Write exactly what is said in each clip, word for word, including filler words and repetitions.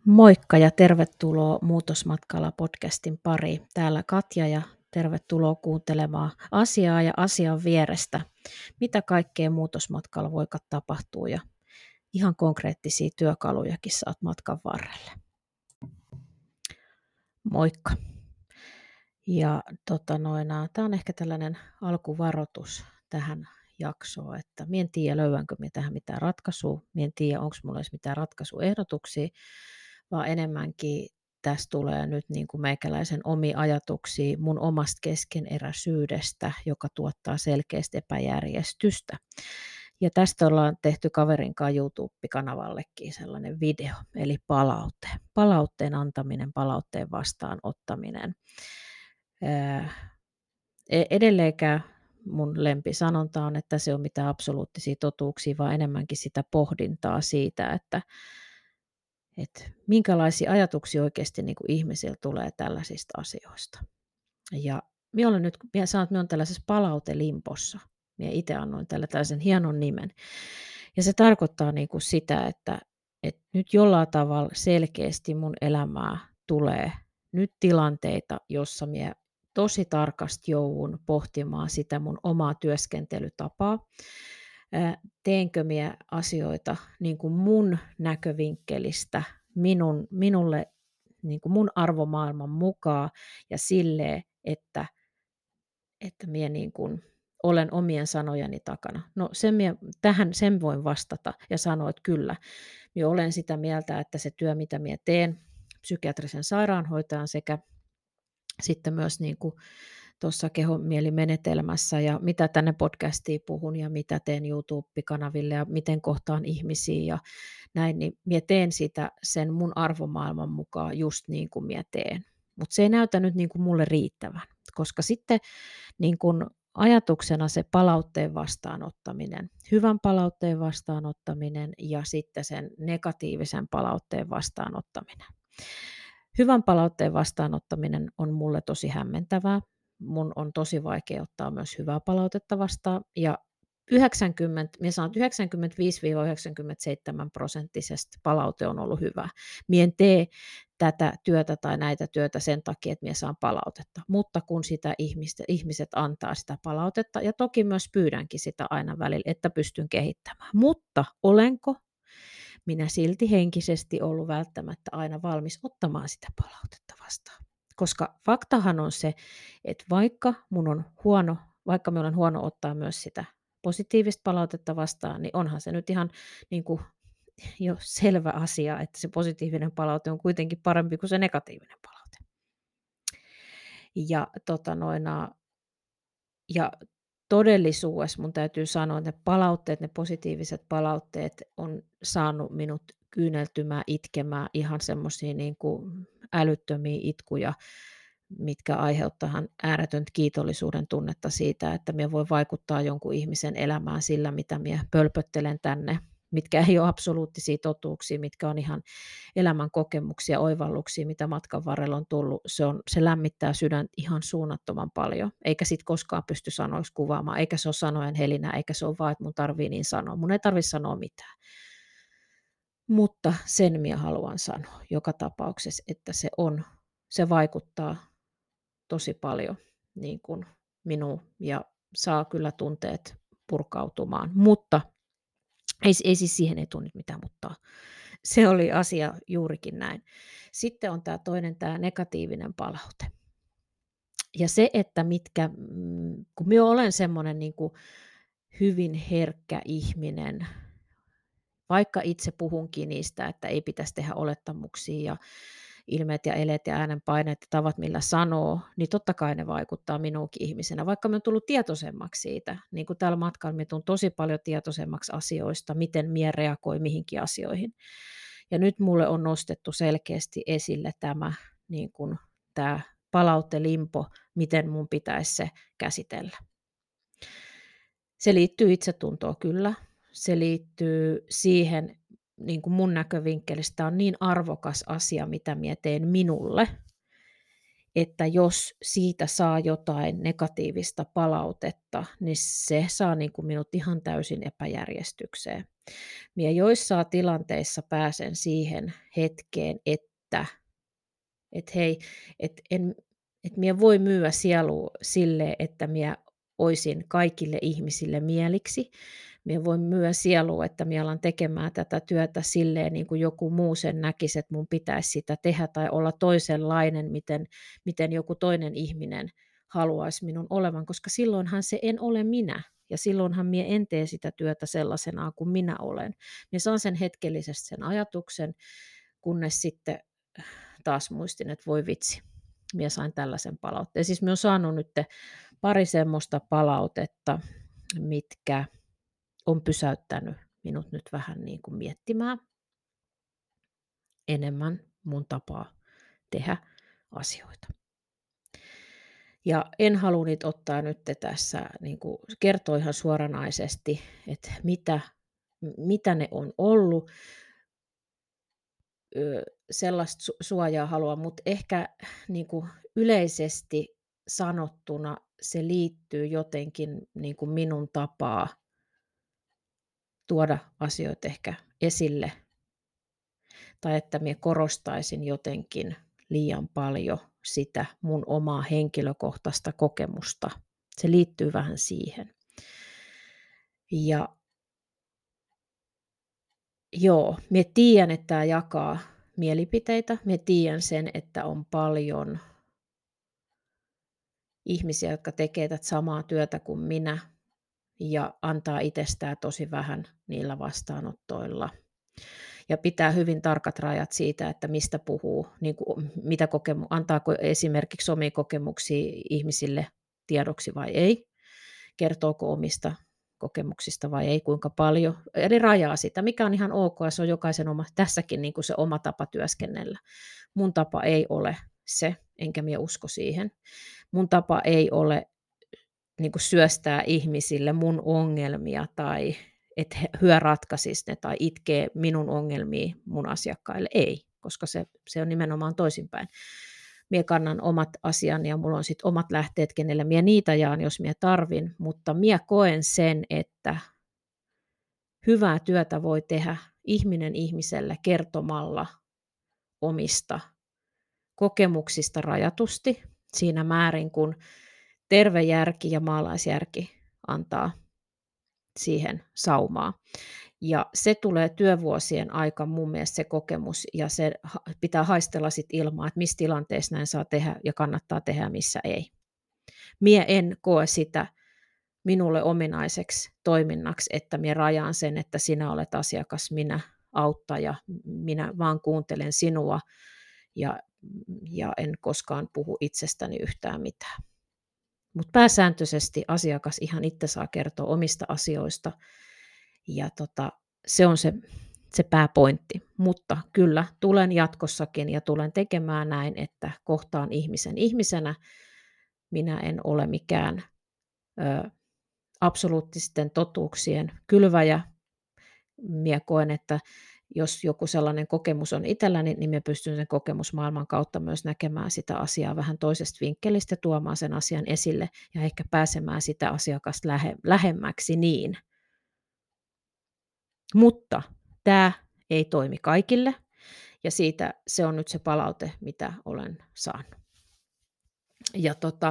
Moikka ja tervetuloa Muutosmatkalla podcastin pariin. Täällä Katja ja tervetuloa kuuntelemaan asiaa ja asian vierestä, mitä kaikkea muutosmatkalla voi tapahtua ja ihan konkreettisia työkalujakin saat matkan varrelle. Moikka. Ja tota noin, tämä on ehkä tällainen alkuvaroitus tähän jaksoon, että mie en tiedä löydänkö minä tähän mitään ratkaisua, mie en tiedä onko minulla edes mitään ratkaisuehdotuksia, vaan enemmänkin tässä tulee nyt niin kuin meikäläisen omia ajatuksia mun omasta keskeneräisyydestä, joka tuottaa selkeästi epäjärjestystä. Ja tästä ollaan tehty kaverin kanssa YouTube-kanavallekin sellainen video, eli palaute. Palautteen antaminen, palautteen vastaanottaminen. Edelleenkään mun lempisanonta on, että se on mitään absoluuttisia totuuksia, vaan enemmänkin sitä pohdintaa siitä, että että minkälaisia ajatuksia oikeasti niin kuin ihmisillä tulee tällaisista asioista. Ja minä olen nyt, minä sanon, että minä olen tällaisessa palautelimpossa. Minä itse annoin tällä tällaisen hienon nimen. Ja se tarkoittaa niin kuin sitä, että, että nyt jollain tavalla selkeästi mun elämää tulee nyt tilanteita, jossa minä tosi tarkasti joudun pohtimaan sitä mun omaa työskentelytapaa. Teenkö minä asioita niin kuin mun näkövinkkelistä, minun, minulle niin kuin mun arvomaailman mukaan ja silleen, että, että minä niin kuin olen omien sanojeni takana. No sen minä, tähän sen voin vastata ja sanoa, että kyllä, minä olen sitä mieltä, että se työ, mitä minä teen psykiatrisen sairaanhoitajan sekä sitten myös niin kuin tuossa kehomielimenetelmässä ja mitä tänne podcastiin puhun ja mitä teen YouTube-kanaville ja miten kohtaan ihmisiä ja näin, niin minä teen sitä sen mun arvomaailman mukaan just niin kuin minä teen. Mutta se ei näytä nyt niin kuin mulle riittävän, koska sitten niin kuin ajatuksena se palautteen vastaanottaminen, hyvän palautteen vastaanottaminen ja sitten sen negatiivisen palautteen vastaanottaminen. Hyvän palautteen vastaanottaminen on mulle tosi hämmentävää. Mun on tosi vaikea ottaa myös hyvää palautetta vastaan. Ja yhdeksänkymmentä, minä sanon, yhdeksänkymmentäviisi yhdeksänkymmentäseitsemän prosenttisesti palaute on ollut hyvä. Minä en tee tätä työtä tai näitä työtä sen takia, että minä saan palautetta. Mutta kun sitä ihmiset, ihmiset antaa sitä palautetta, ja toki myös pyydänkin sitä aina välillä, että pystyn kehittämään. Mutta olenko minä silti henkisesti ollut välttämättä aina valmis ottamaan sitä palautetta vastaan. Koska faktahan on se, että vaikka mun on huono, vaikka minun on huono ottaa myös sitä positiivista palautetta vastaan, niin onhan se nyt ihan niin kuin jo selvä asia, että se positiivinen palaute on kuitenkin parempi kuin se negatiivinen palaute. Ja, tota noina, ja todellisuudessa mun täytyy sanoa, että ne palautteet, ne positiiviset palautteet on saanut minut kyyneltymään, itkemään ihan semmoisia niin kuin älyttömiä itkuja, mitkä aiheuttavat ääretöntä kiitollisuuden tunnetta siitä, että minä voin vaikuttaa jonkun ihmisen elämään sillä, mitä minä pölpöttelen tänne, mitkä ei ole absoluuttisia totuuksia, mitkä on ihan elämän kokemuksia, oivalluksia, mitä matkan varrella on tullut. Se, on, se lämmittää sydän ihan suunnattoman paljon, eikä sit koskaan pysty sanoiksi kuvaamaan, eikä se ole sanojen helinä, eikä se ole vaan, että mun tarvii niin sanoa. Mun ei tarvitse sanoa mitään. Mutta sen minä haluan sanoa joka tapauksessa, että se on, se vaikuttaa tosi paljon niin kuin minuun ja saa kyllä tunteet purkautumaan, mutta ei, ei siis siihen ei tule nyt mitään, mutta se oli asia juurikin näin. Sitten on tämä toinen, tämä negatiivinen palaute. Ja se, että mitkä, kun minä olen semmoinen niin kuin hyvin herkkä ihminen, vaikka itse puhunkin niistä, että ei pitäisi tehdä olettamuksia ja ilmeet ja eleet ja äänenpaineet ja tavat, millä sanoo, niin totta kai ne vaikuttaa minuunkin ihmisenä. Vaikka minä olen tullut tietoisemmaksi siitä, niin kuin tällä matkalla minä tulen tosi paljon tietoisemmaksi asioista, miten minä reagoin mihinkin asioihin. Ja nyt mulle on nostettu selkeästi esille tämä, niin kuin, tämä palautelimpo, miten mun pitäisi se käsitellä. Se liittyy itsetuntoon kyllä. Se liittyy siihen, niin kuin mun näkövinkkelistä on niin arvokas asia, mitä minä teen minulle, että jos siitä saa jotain negatiivista palautetta, niin se saa niin kuin minut ihan täysin epäjärjestykseen. Minä joissain tilanteissa pääsen siihen hetkeen, että et hei, et en, et minä voi myyä sielua sille, että minä oisin kaikille ihmisille mieliksi. Minä voin myyä sielua, että minä alan tekemään tätä työtä silleen, niin kuin joku muu sen näkisi, että minun pitäisi sitä tehdä tai olla toisenlainen, miten, miten joku toinen ihminen haluaisi minun olevan, koska silloinhan se en ole minä. Ja silloinhan minä en tee sitä työtä sellaisenaan kuin minä olen. Minä saan sen hetkellisesti sen ajatuksen, kunnes sitten taas muistin, että voi vitsi, minä sain tällaisen palautteen. Siis minä olen saanut nyt pari semmoista palautetta, mitkä on pysäyttänyt minut nyt vähän niin kuin miettimään enemmän mun tapaa tehdä asioita. Ja en halua niitä ottaa nyt tässä niin kuin kertoa ihan suoranaisesti, että mitä, mitä ne on ollut. Sellaista suojaa haluan, mutta ehkä niin kuin yleisesti sanottuna se liittyy jotenkin niin kuin minun tapaa tuoda asioita ehkä esille, tai että minä korostaisin jotenkin liian paljon sitä mun omaa henkilökohtaista kokemusta. Se liittyy vähän siihen. Ja joo, minä tiedän, että tämä jakaa mielipiteitä. Minä tiedän sen, että on paljon ihmisiä, jotka tekevät tätä samaa työtä kuin minä ja antaa itsestään tosi vähän niillä vastaanottoilla. Ja pitää hyvin tarkat rajat siitä, että mistä puhuu, niin kuin, mitä kokemu- antaako esimerkiksi omia kokemuksia ihmisille tiedoksi vai ei, kertooko omista kokemuksista vai ei, kuinka paljon, eli rajaa sitä, mikä on ihan ok, ja se on jokaisen oma, tässäkin niin kuin se oma tapa työskennellä. Mun tapa ei ole se, enkä minä usko siihen. Mun tapa ei ole niin kuin syöstää ihmisille mun ongelmia tai että hyö ratkaisisi ne tai itkee minun ongelmia mun asiakkaille. Ei, koska se, se on nimenomaan toisinpäin. Mie kannan omat asiani ja mulla on sitten omat lähteet, kenelle mie niitä jaan, jos mie tarvin, mutta mie koen sen, että hyvää työtä voi tehdä ihminen ihmiselle kertomalla omista kokemuksista rajatusti siinä määrin, kun terve järki ja maalaisjärki antaa siihen saumaa. Ja se tulee työvuosien aika mun mielestä se kokemus, ja se pitää haistella sit ilmaa, että missä tilanteessa näin saa tehdä ja kannattaa tehdä, missä ei. Mie en koe sitä minulle ominaiseksi toiminnaksi, että mie rajaan sen, että sinä olet asiakas, minä auttaja, minä vaan kuuntelen sinua ja, ja en koskaan puhu itsestäni yhtään mitään. Mutta pääsääntöisesti asiakas ihan itse saa kertoa omista asioista, ja tota, se on se, se pääpointti. Mutta kyllä tulen jatkossakin ja tulen tekemään näin, että kohtaan ihmisen ihmisenä. Minä en ole mikään ö, absoluuttisten totuuksien kylväjä. Minä koen, että jos joku sellainen kokemus on itselläni, niin minä pystyn sen kokemusmaailman kautta myös näkemään sitä asiaa vähän toisesta vinkkelistä, tuomaan sen asian esille ja ehkä pääsemään sitä asiakasta lähe, lähemmäksi niin. Mutta tämä ei toimi kaikille, ja siitä se on nyt se palaute, mitä olen saanut. Ja tota,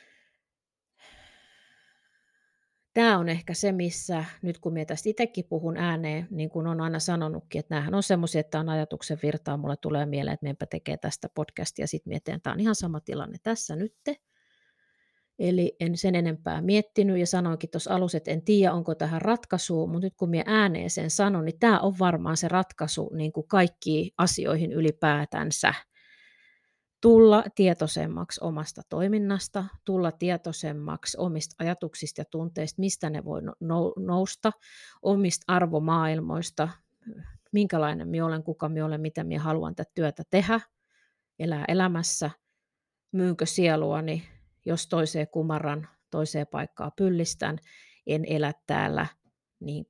tämä on ehkä se, missä nyt kun minä tästä itsekin puhun ääneen, niin kuin olen aina sanonutkin, että näähän on semmoisia, että on ajatuksen virtaa, mulle tulee mieleen, että meidänpä tekee tästä podcastia, ja sitten mietin, tämä on ihan sama tilanne tässä nytte. Eli en sen enempää miettinyt ja sanoinkin tuossa alussa, että en tiedä, onko tähän ratkaisua, mutta nyt kun minä ääneen sen sanon, niin tämä on varmaan se ratkaisu niin kuin kaikkiin asioihin ylipäätänsä. Tulla tietoisemmaksi omasta toiminnasta, tulla tietoisemmaksi omista ajatuksista ja tunteista, mistä ne voi nousta, omista arvomaailmoista, minkälainen minä olen, kuka minä olen, mitä minä haluan tätä työtä tehdä, elää elämässä, myynkö sieluani, jos toiseen kumarran, toiseen paikkaan pyllistän, en elä täällä niin kuin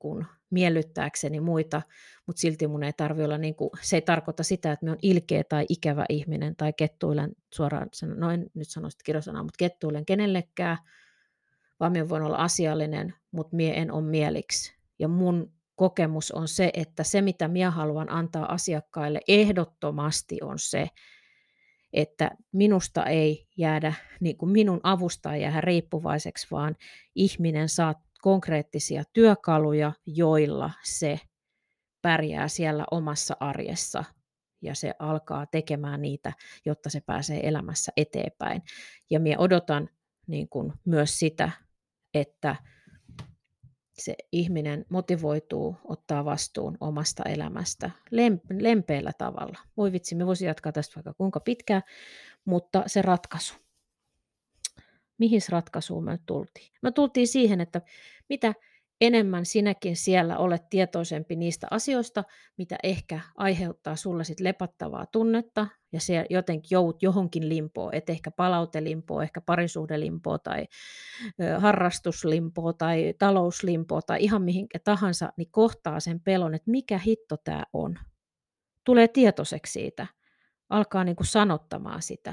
miellyttääkseni muita, mutta silti mun ei tarvitse olla, niin kuin, se ei tarkoita sitä, että mä oon ilkeä tai ikävä ihminen tai kettuilen suoraan, no en nyt sano sitä kirjosanaa, mutta kettuilen kenellekään, vaan mä voin olla asiallinen, mutta mie en ole mieliksi. Ja mun kokemus on se, että se mitä minä haluan antaa asiakkaille ehdottomasti on se, että minusta ei jäädä, niin kuin minun avusta ei jäädä riippuvaiseksi, vaan ihminen saa konkreettisia työkaluja, joilla se pärjää siellä omassa arjessa ja se alkaa tekemään niitä, jotta se pääsee elämässä eteenpäin. Ja minä odotan niin kuin myös sitä, että se ihminen motivoituu ottaa vastuun omasta elämästä lempeällä tavalla. Voi vitsi, me voisin jatkaa tästä vaikka kuinka pitkään, mutta se ratkaisu. Mihin ratkaisuun me tultiin? Me tultiin siihen, että mitä enemmän sinäkin siellä olet tietoisempi niistä asioista, mitä ehkä aiheuttaa sulle sit lepattavaa tunnetta, ja se jotenkin joudut johonkin limpoon, et ehkä palautelimpoon, ehkä parisuhdelimpoon tai ö, harrastuslimpoon tai talouslimpoon tai ihan mihinkä tahansa, niin kohtaa sen pelon, että mikä hitto tämä on. Tulee tietoiseksi siitä, alkaa niin kuin sanottamaan sitä.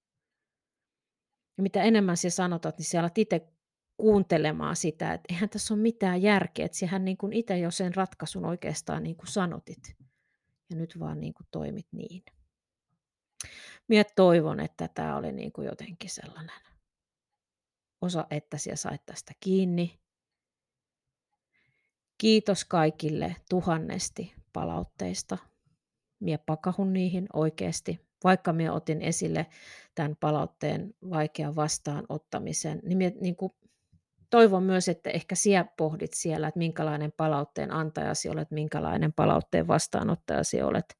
Ja mitä enemmän sinä sanotat, niin sinä alat itse kuuntelemaan sitä, että eihän tässä ole mitään järkeä, että sinähän niin kuin itse jo sen ratkaisun oikeastaan niin kuin sanotit. Ja nyt vaan niin kuin toimit niin. Minä toivon, että tämä oli niin kuin jotenkin sellainen osa, että sinä sait tästä kiinni. Kiitos kaikille tuhannesti palautteista. Minä pakahun niihin oikeasti. Vaikka minä otin esille tämän palautteen vaikean vastaanottamisen, niin minä niin kuin toivon myös, että ehkä sinä pohdit siellä, että minkälainen palautteen antajasi olet, minkälainen palautteen vastaanottajasi olet.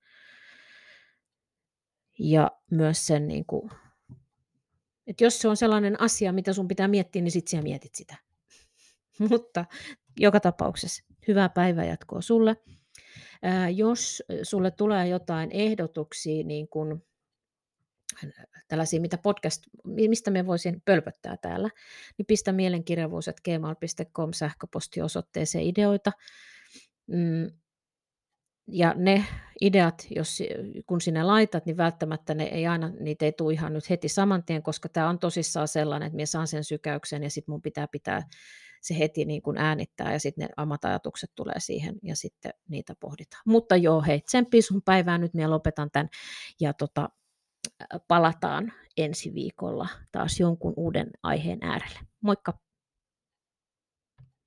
Ja myös sen, niin kuin, että jos se on sellainen asia, mitä sun pitää miettiä, niin sitten sinä mietit sitä. Mutta joka tapauksessa hyvää päivänjatkoa sulle. Ää, jos sulle tulee jotain ehdotuksia, niin kuin tällaisia, mitä podcast, mistä me voisin pölpöttää täällä, niin pistä mielenkirjavuus at gmail piste com sähköpostiosoitteeseen ideoita. Mm, ja ne ideat, jos, kun sinä laitat, niin välttämättä ne ei aina, niitä ei tule ihan nyt heti saman tien, koska tämä on tosissaan sellainen, että minä saan sen sykäyksen ja sitten mun pitää pitää se heti niin kuin äänittää ja sitten ne omat ajatukset tulee siihen ja sitten niitä pohditaan. Mutta joo, hei, tsemppii sun päivää, nyt minä lopetan tämän ja tota, palataan ensi viikolla taas jonkun uuden aiheen äärelle. Moikka!